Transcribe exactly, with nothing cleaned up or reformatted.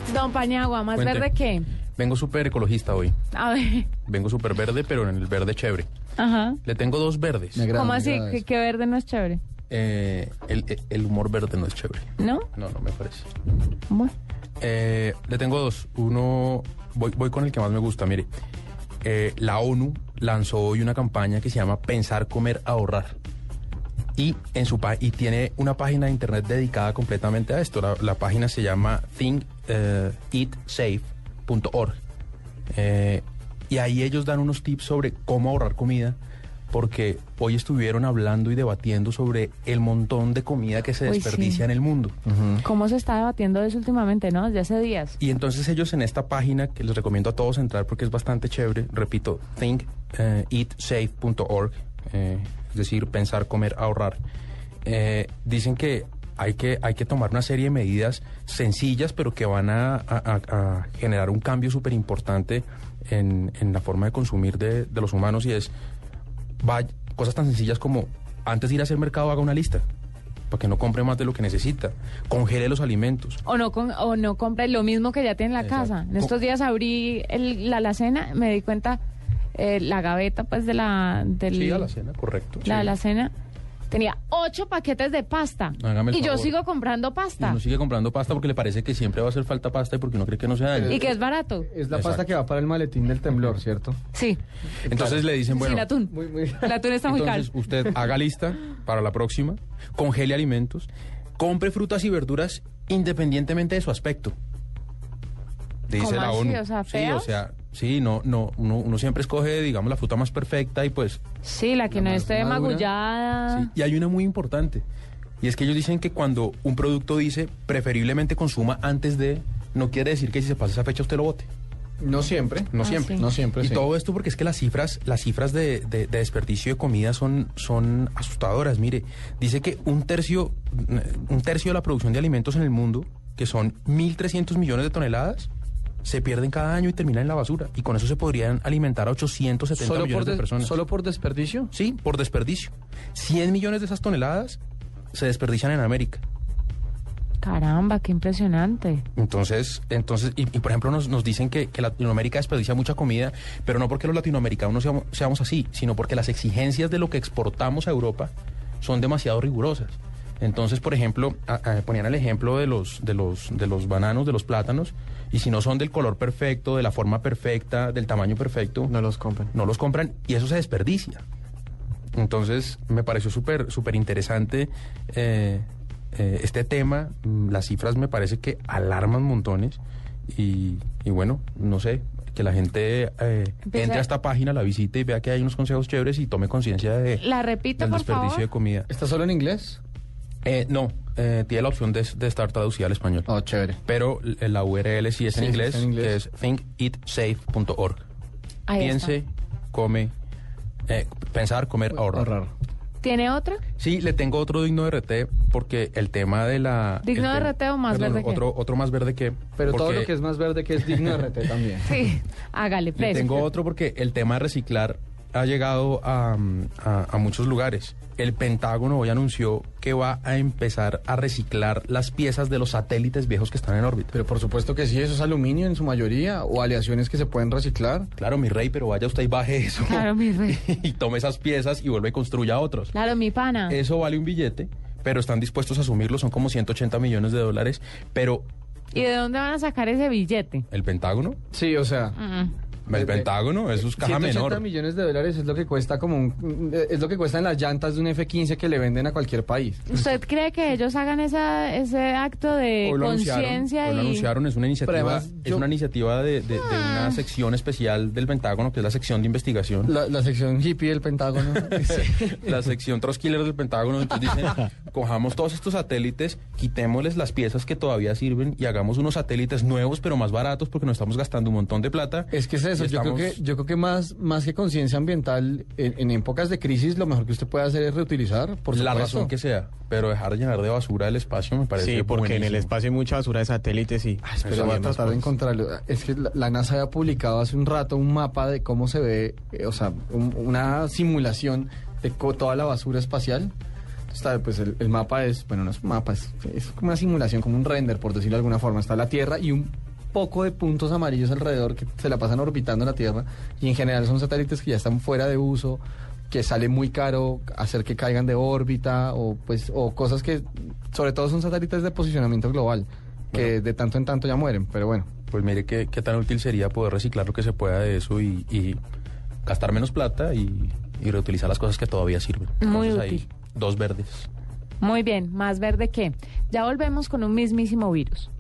Don Paniagua, ¿más Cuente. verde qué? Vengo súper ecologista hoy. A ver. Vengo súper verde, pero en el verde chévere. Ajá. Le tengo dos verdes. Me agrada, ¿Cómo me así? agrada ¿Que, eso. que verde no es chévere? Eh, el, el humor verde no es chévere. ¿No? No, no me parece. Bueno. Eh, le tengo dos. Uno, voy, voy con el que más me gusta. Mire, eh, la ONU lanzó hoy una campaña que se llama Pensar, Comer, Ahorrar. Y, en su pa- y tiene una página de internet dedicada completamente a esto. La, la página se llama think eat safe punto org. Eh, y ahí ellos dan unos tips sobre cómo ahorrar comida, porque hoy estuvieron hablando y debatiendo sobre el montón de comida que se Uy, desperdicia sí. en el mundo. ¿Cómo se está debatiendo eso últimamente, no? Desde hace días. Y entonces ellos en esta página, que les recomiendo a todos entrar porque es bastante chévere, repito, think eat safe punto org, eh, es decir, pensar, comer, ahorrar, eh, dicen que hay que hay que tomar una serie de medidas sencillas, pero que van a, a- a- a generar un cambio súper importante en, en la forma de consumir de, de los humanos, y es va- cosas tan sencillas como antes de ir a hacer mercado haga una lista para que no compre más de lo que necesita, congele los alimentos. O no, con, o no compre lo mismo que ya tiene en la Exacto. casa. En estos días abrí el, la alacena, me di cuenta, eh, la gaveta pues de la... Del, Sí, a la cena, correcto. La sí. alacena tenía ocho paquetes de pasta. Hágame el Y yo favor. sigo comprando Y pasta. uno sigue comprando pasta porque le parece que siempre va a hacer falta pasta y porque uno cree que no se daña. Y que es barato. Es la Exacto. pasta que va para el maletín del temblor, ¿cierto? Sí. Entonces le dicen, bueno, Sin atún. Muy, muy... El atún está muy caro. entonces usted haga lista para la próxima, congele alimentos, compre frutas y verduras independientemente de su aspecto. Dice ¿Cómo la así? ONU. O sea, sí, ¿feos? o sea, sí, no, no, uno, uno siempre escoge, digamos, la fruta más perfecta y pues Sí, la que La no más esté madura. magullada. sí. Y hay una muy importante, y es que ellos dicen que cuando un producto dice preferiblemente consuma antes de, no quiere decir que si se pasa esa fecha usted lo bote. No siempre. No Ah, siempre. sí. No siempre, Y sí. todo esto porque es que las cifras, las cifras de, de- de desperdicio de comida son, son asustadoras. Mire, dice que un tercio, un tercio de la producción de alimentos en el mundo, que son mil trescientos millones de toneladas, se pierden cada año y terminan en la basura. Y con eso se podrían alimentar a ochocientos setenta ¿Solo millones por, de des- personas. ¿Solo por desperdicio? Sí, por desperdicio. cien millones de esas toneladas se desperdician en América. Caramba, qué impresionante. Entonces, entonces y, y, por ejemplo nos, nos dicen que, que Latinoamérica desperdicia mucha comida, pero no porque los latinoamericanos seamos, seamos así, sino porque las exigencias de lo que exportamos a Europa son demasiado rigurosas. Entonces, por ejemplo, a- a- ponían el ejemplo de los, de los, de los bananos, de los plátanos, y si no son del color perfecto, de la forma perfecta, del tamaño perfecto, No los compran. no los compran y eso se desperdicia. Entonces me pareció súper súper interesante eh, eh, este tema. Mm, Las cifras me parece que alarman montones y, y bueno, no sé, que la gente eh, Empieza- entre a esta página, la visite y vea que hay unos consejos chéveres y tome conciencia de, La repito, del por desperdicio favor. de comida. ¿Está solo en inglés? Eh, no, eh, tiene la opción de, de estar traducida al español. Oh, chévere. Pero l- la U R L sí es en, Sí, sí, inglés, está en inglés. que es think eat safe punto org. Ahí Piense, está. come, eh, pensar, comer, ahorrar. Ahorrar. ¿Tiene otra? Sí, le tengo otro digno de R T porque el tema de la... ¿Digno el de tema- R T o más perdón, verde que? Otro, otro más verde que... Pero todo porque lo que es más verde que es digno de R T también. Sí. Hágale, Le preso. tengo otro porque el tema de reciclar ha llegado a, a, a muchos lugares. El Pentágono hoy anunció que va a empezar a reciclar las piezas de los satélites viejos que están en órbita. Pero por supuesto que sí, eso es aluminio en su mayoría o aleaciones que se pueden reciclar. Claro, mi rey, pero vaya usted y baje eso. Claro, mi rey. Y tome esas piezas y vuelve y construya otros. Claro, mi pana. Eso vale un billete, pero están dispuestos a asumirlo, son como ciento ochenta millones de dólares, pero ¿Y de dónde van a sacar ese billete? el Pentágono, Sí, o sea... Mm. el Eh, Pentágono, eso es caja ciento ochenta menor. millones de dólares es lo que cuesta como un, es lo que cuestan las llantas de un F quince que le venden a cualquier país. ¿Usted cree que ellos hagan esa, ese acto de Hoy lo anunciaron, conciencia hoy lo y... anunciaron, es una iniciativa, Pero además, es yo- una iniciativa de, de- de Ah. una sección especial del Pentágono, que es la sección de investigación. La, la sección hippie del Pentágono. La sección Troskiller del Pentágono. Entonces dicen, cojamos todos estos satélites, quitémosles las piezas que todavía sirven y hagamos unos satélites nuevos pero más baratos porque nos estamos gastando un montón de plata. Es que es eso, Y yo creo estamos- que, yo creo que más, más que conciencia ambiental, en, en épocas de crisis lo mejor que usted puede hacer es reutilizar, por la supuesto. razón que sea, pero dejar de llenar de basura el espacio me parece Sí, porque en el buenísimo. espacio hay mucha basura de satélites y... Pero voy a tratar de encontrarlo. Es que la, la NASA había publicado hace un rato un mapa de cómo se ve, eh, o sea, un- una simulación de co- toda la basura espacial. Está, pues el, el mapa es, bueno, no es un mapa, es, es como una simulación, como un render, por decirlo de alguna forma. Está la Tierra y un poco de puntos amarillos alrededor que se la pasan orbitando la Tierra y en general son satélites que ya están fuera de uso, que sale muy caro hacer que caigan de órbita o pues o cosas que sobre todo son satélites de posicionamiento global que bueno, de tanto en tanto ya mueren, pero bueno. Pues mire qué, qué tan útil sería poder reciclar lo que se pueda de eso y, y gastar menos plata y, y reutilizar las cosas que todavía sirven. Muy Entonces, útil. Hay dos verdes. Muy bien, más verde que. Ya volvemos con un mismísimo virus.